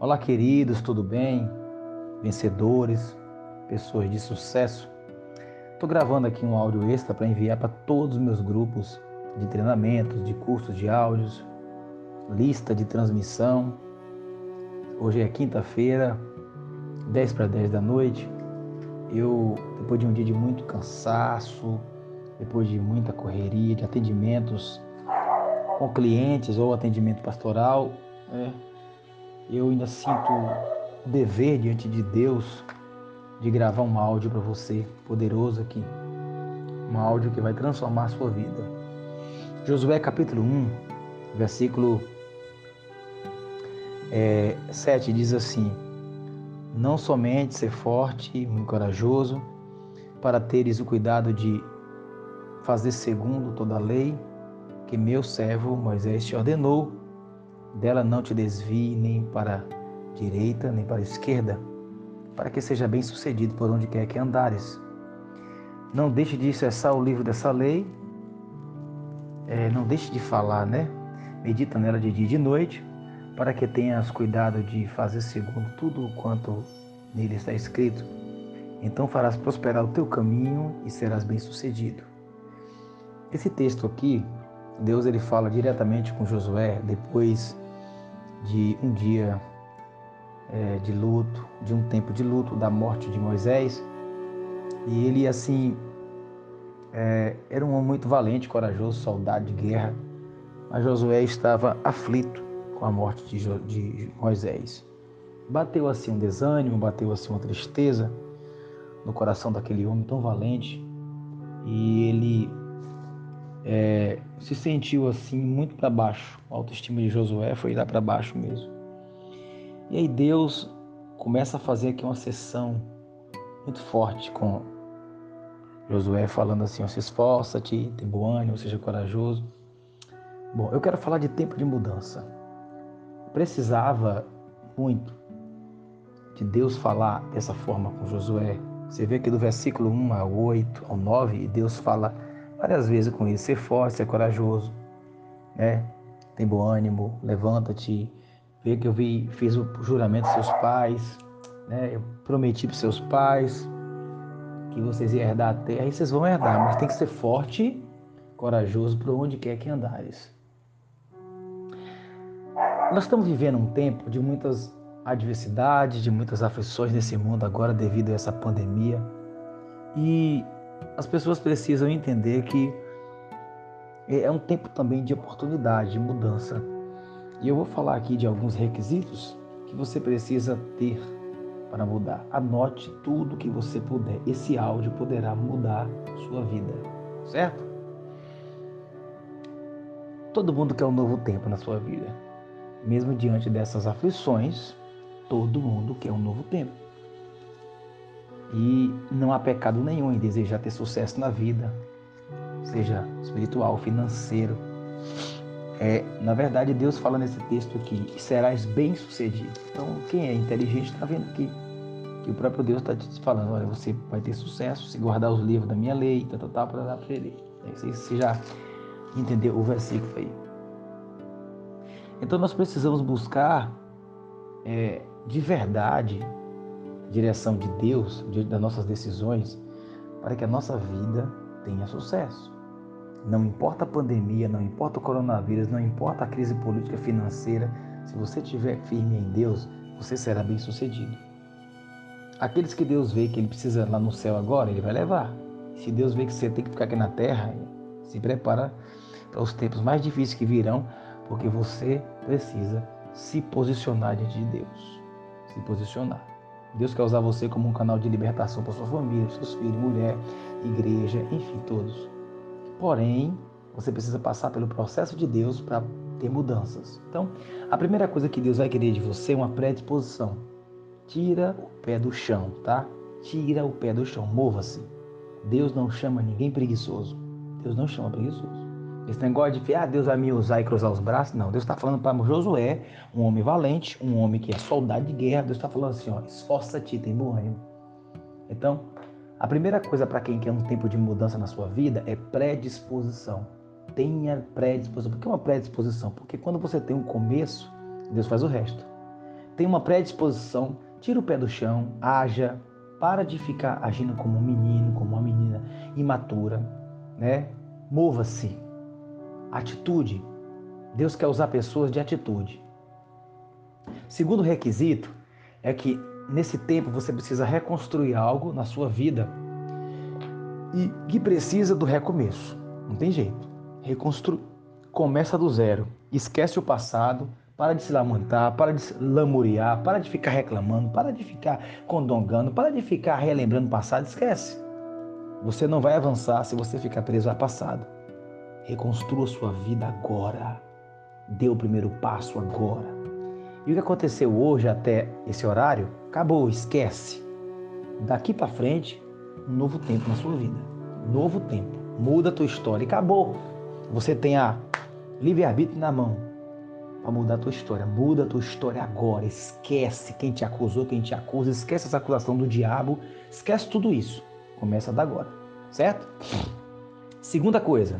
Olá, queridos, tudo bem? Vencedores, pessoas de sucesso. Estou gravando aqui um áudio extra para enviar para todos os meus grupos de treinamentos, de cursos de áudios, lista de transmissão. Hoje é quinta-feira, 10 para 10 da noite. Depois de um dia de muito cansaço, depois de muita correria, de atendimentos com clientes ou atendimento pastoral, eu ainda sinto o dever diante de Deus de gravar um áudio para você, poderoso aqui. Um áudio que vai transformar a sua vida. Josué capítulo 1, versículo 7 diz assim: não somente ser forte e muito corajoso, para teres o cuidado de fazer segundo toda a lei que meu servo Moisés te ordenou, dela não te desvie nem para a direita nem para a esquerda, para que seja bem sucedido por onde quer que andares. Não deixe de cessar o livro dessa lei, não deixe de falar, Medita nela de dia e de noite, para que tenhas cuidado de fazer segundo tudo quanto nele está escrito. Então farás prosperar o teu caminho e serás bem sucedido. Esse texto aqui, Deus ele fala diretamente com Josué depois de um dia de luto, de um tempo de luto da morte de Moisés. E ele assim era um homem muito valente, corajoso, soldado de guerra, mas Josué estava aflito com a morte de Moisés. Bateu assim um desânimo, bateu assim uma tristeza no coração daquele homem tão valente, e ele se sentiu assim muito para baixo. A autoestima de Josué foi lá para baixo mesmo. E aí Deus começa a fazer aqui uma sessão muito forte com Josué, falando assim: se esforça-te, tem bom ânimo, seja corajoso. Bom, eu quero falar de tempo de mudança. Precisava muito de Deus falar dessa forma com Josué. Você vê que do versículo 1 ao 8, ao 9, Deus fala várias vezes com ele: ser forte, ser corajoso, tem bom ânimo, levanta-te. Vê que eu fiz o juramento dos seus pais, eu prometi para os seus pais que vocês iam herdar a terra, e vocês vão herdar, mas tem que ser forte, corajoso por onde quer que andares. Nós estamos vivendo um tempo de muitas adversidades, de muitas aflições nesse mundo agora devido a essa pandemia, e as pessoas precisam entender que é um tempo também de oportunidade, de mudança. E eu vou falar aqui de alguns requisitos que você precisa ter para mudar. Anote tudo que você puder. Esse áudio poderá mudar sua vida, certo? Todo mundo quer um novo tempo na sua vida. Mesmo diante dessas aflições, todo mundo quer um novo tempo. E não há pecado nenhum em desejar ter sucesso na vida, seja espiritual, financeiro. Na verdade, Deus fala nesse texto aqui: serás bem sucedido. Então, quem é inteligente está vendo aqui que o próprio Deus está te falando: olha, você vai ter sucesso se guardar os livros da minha lei, para dar para ele. Você já entendeu o versículo aí. Então, nós precisamos buscar de verdade a direção de Deus diante das nossas decisões, para que a nossa vida tenha sucesso. Não importa a pandemia, não importa o coronavírus, não importa a crise política financeira, se você estiver firme em Deus, você será bem sucedido. Aqueles que Deus vê que ele precisa lá no céu agora, ele vai levar. Se Deus vê que você tem que ficar aqui na terra, se prepara para os tempos mais difíceis que virão, porque você precisa se posicionar diante de Deus. Se posicionar. Deus quer usar você como um canal de libertação para sua família, seus filhos, mulher, igreja, enfim, todos. Porém, você precisa passar pelo processo de Deus para ter mudanças. Então, a primeira coisa que Deus vai querer de você é uma predisposição. Tira o pé do chão, tá? Tira o pé do chão, mova-se. Deus não chama ninguém preguiçoso. Deus não chama preguiçoso. Esse negócio de Deus vai me usar e cruzar os braços, não. Deus está falando para Josué, um homem valente, um homem que é soldado de guerra. Deus está falando assim: esforça-te, tem bom ânimo. Então, a primeira coisa para quem quer um tempo de mudança na sua vida é predisposição. Tenha predisposição. Por que uma predisposição? Porque quando você tem um começo, Deus faz o resto. tem uma predisposição, tira o pé do chão, haja, para de ficar agindo como um menino, como uma menina imatura, né? Mova-se. Atitude. Deus quer usar pessoas de atitude. Segundo requisito é que nesse tempo você precisa reconstruir algo na sua vida e que precisa do recomeço. Não tem jeito. Reconstruir. Começa do zero. Esquece o passado. Para de se lamentar, para de se lamuriar, para de ficar reclamando, para de ficar condongando, para de ficar relembrando o passado. Esquece. Você não vai avançar se você ficar preso ao passado. Reconstrua sua vida agora. Dê o primeiro passo agora. E o que aconteceu hoje até esse horário, acabou, esquece. Daqui para frente, um novo tempo na sua vida. Novo tempo. Muda a tua história e acabou. Você tem a livre-arbítrio na mão para mudar a tua história. Muda a tua história agora. Esquece quem te acusou, quem te acusa. Esquece essa acusação do diabo. Esquece tudo isso. Começa da agora. Certo? Segunda coisa.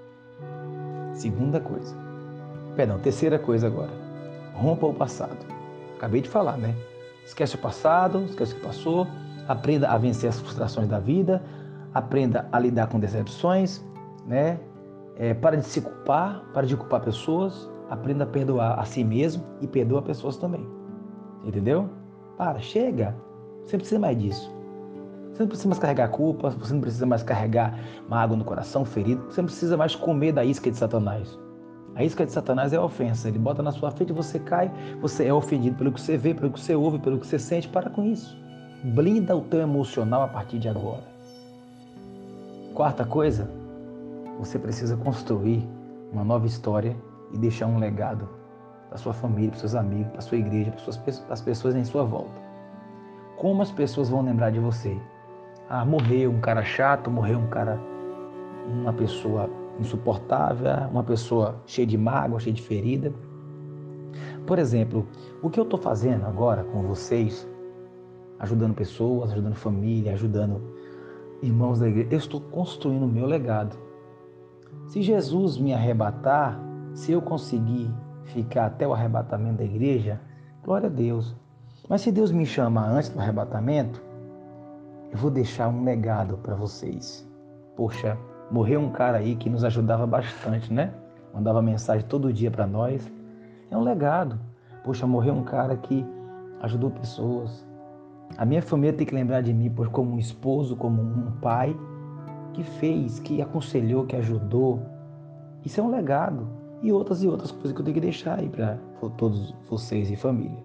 Terceira coisa agora. Rompa o passado. Acabei de falar, né? Esquece o passado, esquece o que passou. Aprenda a vencer as frustrações da vida. Aprenda a lidar com decepções, né? Para de se culpar, para de culpar pessoas. Aprenda a perdoar a si mesmo e perdoa pessoas também. Entendeu? Chega. Você não precisa mais disso. Você não precisa mais carregar culpa, você não precisa mais carregar mágoa no coração, ferido. Você não precisa mais comer da isca de Satanás. A isca de Satanás é a ofensa. Ele bota na sua frente, você cai, você é ofendido pelo que você vê, pelo que você ouve, pelo que você sente. Para com isso. Blinda o teu emocional a partir de agora. Quarta coisa, você precisa construir uma nova história e deixar um legado para sua família, para seus amigos, para sua igreja, para as pessoas em sua volta. Como as pessoas vão lembrar de você? Morreu um cara chato, morreu uma pessoa insuportável, uma pessoa cheia de mágoa, cheia de ferida. Por exemplo, o que eu estou fazendo agora com vocês, ajudando pessoas, ajudando família, ajudando irmãos da igreja, eu estou construindo o meu legado. Se Jesus me arrebatar, se eu conseguir ficar até o arrebatamento da igreja, glória a Deus. Mas se Deus me chamar antes do arrebatamento, eu vou deixar um legado para vocês. Poxa, morreu um cara aí que nos ajudava bastante, né? Mandava mensagem todo dia para nós. É um legado. Poxa, morreu um cara que ajudou pessoas. A minha família tem que lembrar de mim como um esposo, como um pai que fez, que aconselhou, que ajudou. Isso é um legado. E outras coisas que eu tenho que deixar aí para todos vocês e família.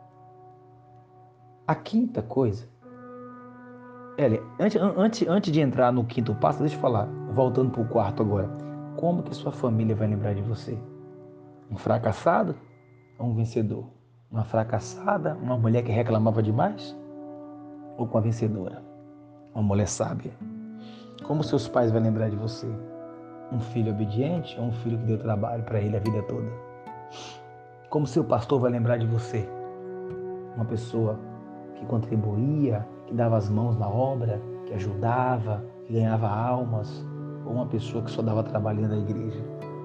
A quinta coisa, antes de entrar no quinto passo, deixa eu falar, voltando para o quarto agora. Como que sua família vai lembrar de você? Um fracassado ou um vencedor? Uma fracassada, uma mulher que reclamava demais? Ou com a vencedora? Uma mulher sábia? Como seus pais vão lembrar de você? Um filho obediente ou um filho que deu trabalho para ele a vida toda? Como seu pastor vai lembrar de você? Uma pessoa que contribuía, que dava as mãos na obra, que ajudava, que ganhava almas, ou uma pessoa que só dava trabalho na igreja?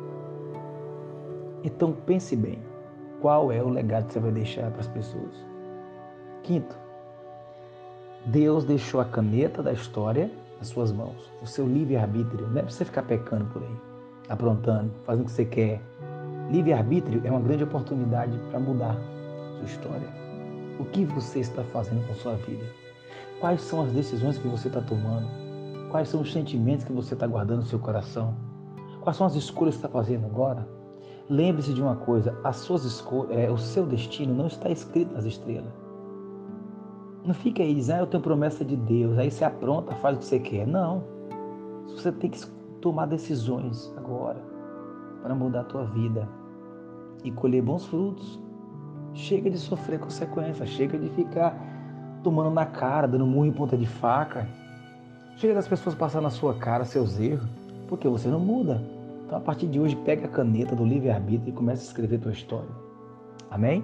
Então pense bem, qual é o legado que você vai deixar para as pessoas? Quinto, Deus deixou a caneta da história nas suas mãos, o seu livre-arbítrio. Não é para você ficar pecando por aí, aprontando, fazendo o que você quer. Livre-arbítrio é uma grande oportunidade para mudar sua história. O que você está fazendo com sua vida? Quais são as decisões que você está tomando? Quais são os sentimentos que você está guardando no seu coração? Quais são as escolhas que você está fazendo agora? Lembre-se de uma coisa, o seu destino não está escrito nas estrelas. Não fica aí dizendo, eu tenho promessa de Deus, aí você apronta, faz o que você quer. Não. Você tem que tomar decisões agora para mudar a tua vida e colher bons frutos. Chega de sofrer consequências, chega de ficar tomando na cara, dando murro em ponta de faca. Chega das pessoas passando na sua cara seus erros, porque você não muda. Então, a partir de hoje, pega a caneta do livre-arbítrio e começa a escrever a tua história. Amém?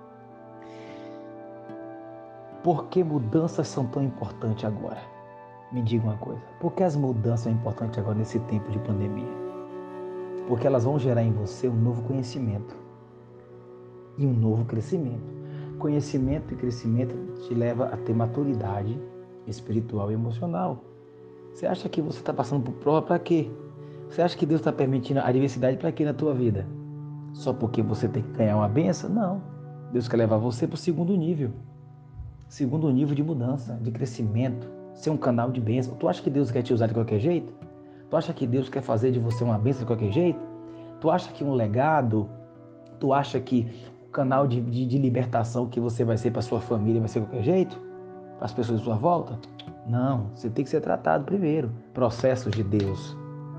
Por que mudanças são tão importantes agora? Me diga uma coisa. Por que as mudanças são importantes agora nesse tempo de pandemia? Porque elas vão gerar em você um novo conhecimento e um novo crescimento. conhecimento e crescimento te leva a ter maturidade espiritual e emocional. Você acha que você está passando por prova para quê? Você acha que Deus está permitindo a adversidade para quê na tua vida? Só porque você tem que ganhar uma benção? Não. Deus quer levar você para o segundo nível. Segundo nível de mudança, de crescimento, ser um canal de bênção. Tu acha que Deus quer te usar de qualquer jeito? Tu acha que Deus quer fazer de você uma bênção de qualquer jeito? Tu acha que um legado, tu acha que o canal de libertação que você vai ser para sua família vai ser de qualquer jeito? Para as pessoas à sua volta? Não, você tem que ser tratado primeiro. Processos de Deus.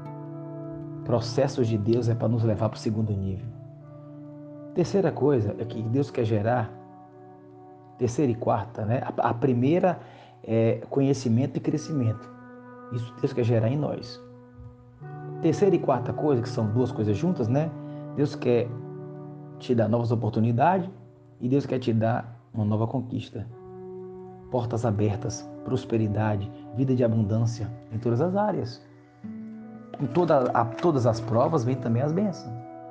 Processos de Deus é para nos levar para o segundo nível. Terceira coisa é que Deus quer gerar, terceira e quarta, né? A primeira é conhecimento e crescimento. Isso Deus quer gerar em nós. Terceira e quarta coisa, que são duas coisas juntas, né? Deus quer te dar novas oportunidades e Deus quer te dar uma nova conquista. Portas abertas, prosperidade, vida de abundância em todas as áreas. Com todas as provas vem também as bênçãos.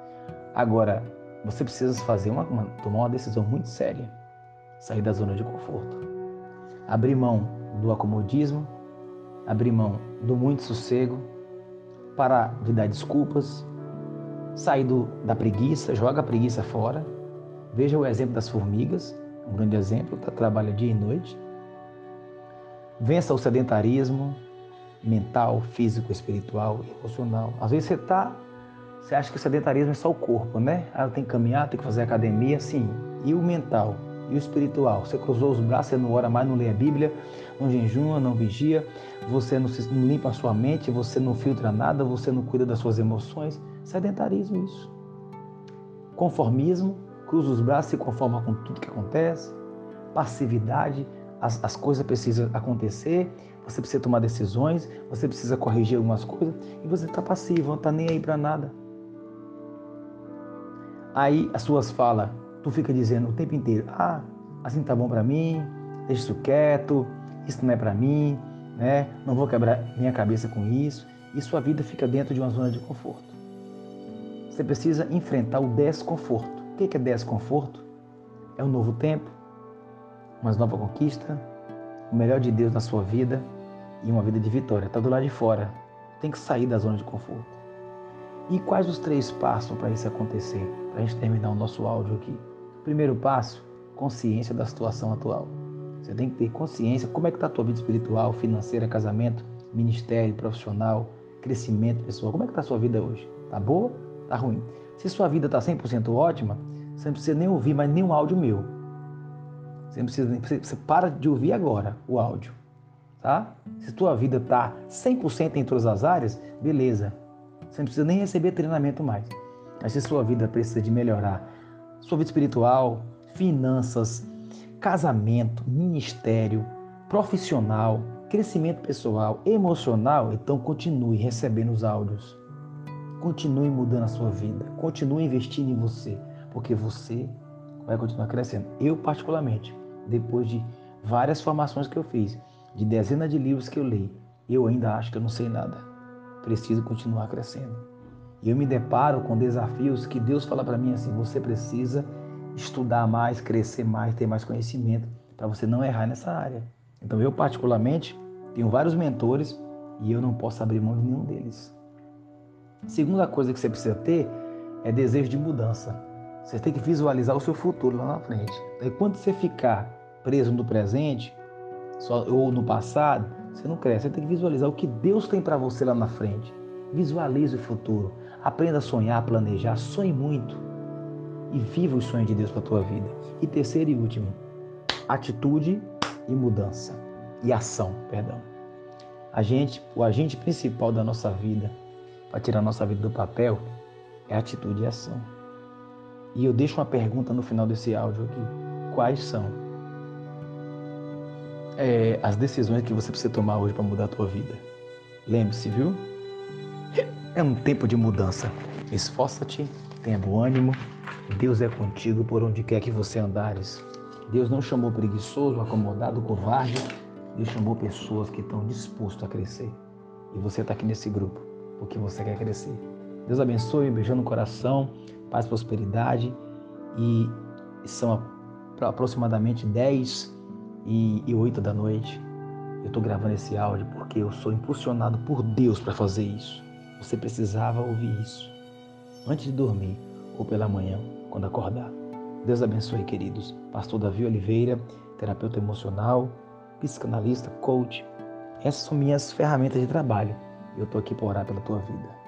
Agora, você precisa tomar uma decisão muito séria. Sair da zona de conforto. Abrir mão do acomodismo, abrir mão do muito sossego, parar de dar desculpas, sair da preguiça, joga a preguiça fora. Veja o exemplo das formigas, um grande exemplo, trabalha dia e noite. Vença o sedentarismo mental, físico, espiritual, emocional. Às vezes você acha que o sedentarismo é só o corpo, né? Eu tenho que caminhar, tenho que fazer academia, sim. E o mental? E o espiritual? Você cruzou os braços, você não ora mais, não lê a Bíblia, não jejuma, não vigia, você não limpa a sua mente, você não filtra nada, você não cuida das suas emoções. Sedentarismo, isso. Conformismo, cruza os braços, se conforma com tudo que acontece. Passividade, as coisas precisam acontecer, você precisa tomar decisões, você precisa corrigir algumas coisas e você está passivo, não está nem aí para nada. Aí as suas falas, tu fica dizendo o tempo inteiro, assim tá bom para mim, deixa isso quieto, isso não é para mim, né? Não vou quebrar minha cabeça com isso, e sua vida fica dentro de uma zona de conforto. Você precisa enfrentar o desconforto. O que é desconforto? É um novo tempo, uma nova conquista, o melhor de Deus na sua vida e uma vida de vitória. Está do lado de fora. Tem que sair da zona de conforto. E quais os 3 passos para isso acontecer? Para a gente terminar o nosso áudio aqui. Primeiro passo, consciência da situação atual. Você tem que ter consciência como é que está a tua vida espiritual, financeira, casamento, ministério, profissional, crescimento pessoal. Como é que está a sua vida hoje? Está boa? Está ruim? Se sua vida está 100% ótima, você não precisa nem ouvir mais nenhum áudio meu. Você para de ouvir agora o áudio, tá? Se tua vida está 100% em todas as áreas, beleza. Você não precisa nem receber treinamento mais. Mas se sua vida precisa de melhorar, sua vida espiritual, finanças, casamento, ministério, profissional, crescimento pessoal, emocional, então continue recebendo os áudios. Continue mudando a sua vida. Continue investindo em você, porque você vai continuar crescendo. Eu, particularmente, depois de várias formações que eu fiz, de dezenas de livros que eu leio, eu ainda acho que eu não sei nada. Preciso continuar crescendo. E eu me deparo com desafios que Deus fala para mim assim, você precisa estudar mais, crescer mais, ter mais conhecimento, para você não errar nessa área. Então eu, particularmente, tenho vários mentores e eu não posso abrir mão de nenhum deles. Segunda coisa que você precisa ter é desejo de mudança. Você tem que visualizar o seu futuro lá na frente. E quando você ficar preso no presente ou no passado, você não cresce. Você tem que visualizar o que Deus tem para você lá na frente. Visualize o futuro. Aprenda a sonhar, planejar. Sonhe muito. E viva os sonhos de Deus para a tua vida. E terceiro e último, atitude e mudança. E ação, perdão. O agente principal da nossa vida, para tirar a nossa vida do papel, é atitude e ação. E eu deixo uma pergunta no final desse áudio aqui. Quais são as decisões que você precisa tomar hoje para mudar a tua vida? Lembre-se, viu? É um tempo de mudança. Esforça-te, tenha bom ânimo. Deus é contigo por onde quer que você andares. Deus não chamou preguiçoso, acomodado, covarde. Deus chamou pessoas que estão dispostas a crescer. E você está aqui nesse grupo porque você quer crescer. Deus abençoe, beijando no coração, paz, prosperidade e são para aproximadamente 10h08 da noite. Eu estou gravando esse áudio porque eu sou impulsionado por Deus para fazer isso. Você precisava ouvir isso antes de dormir ou pela manhã, quando acordar. Deus abençoe, queridos. Pastor Davi Oliveira, terapeuta emocional, psicanalista, coach. Essas são minhas ferramentas de trabalho. Eu estou aqui para orar pela tua vida.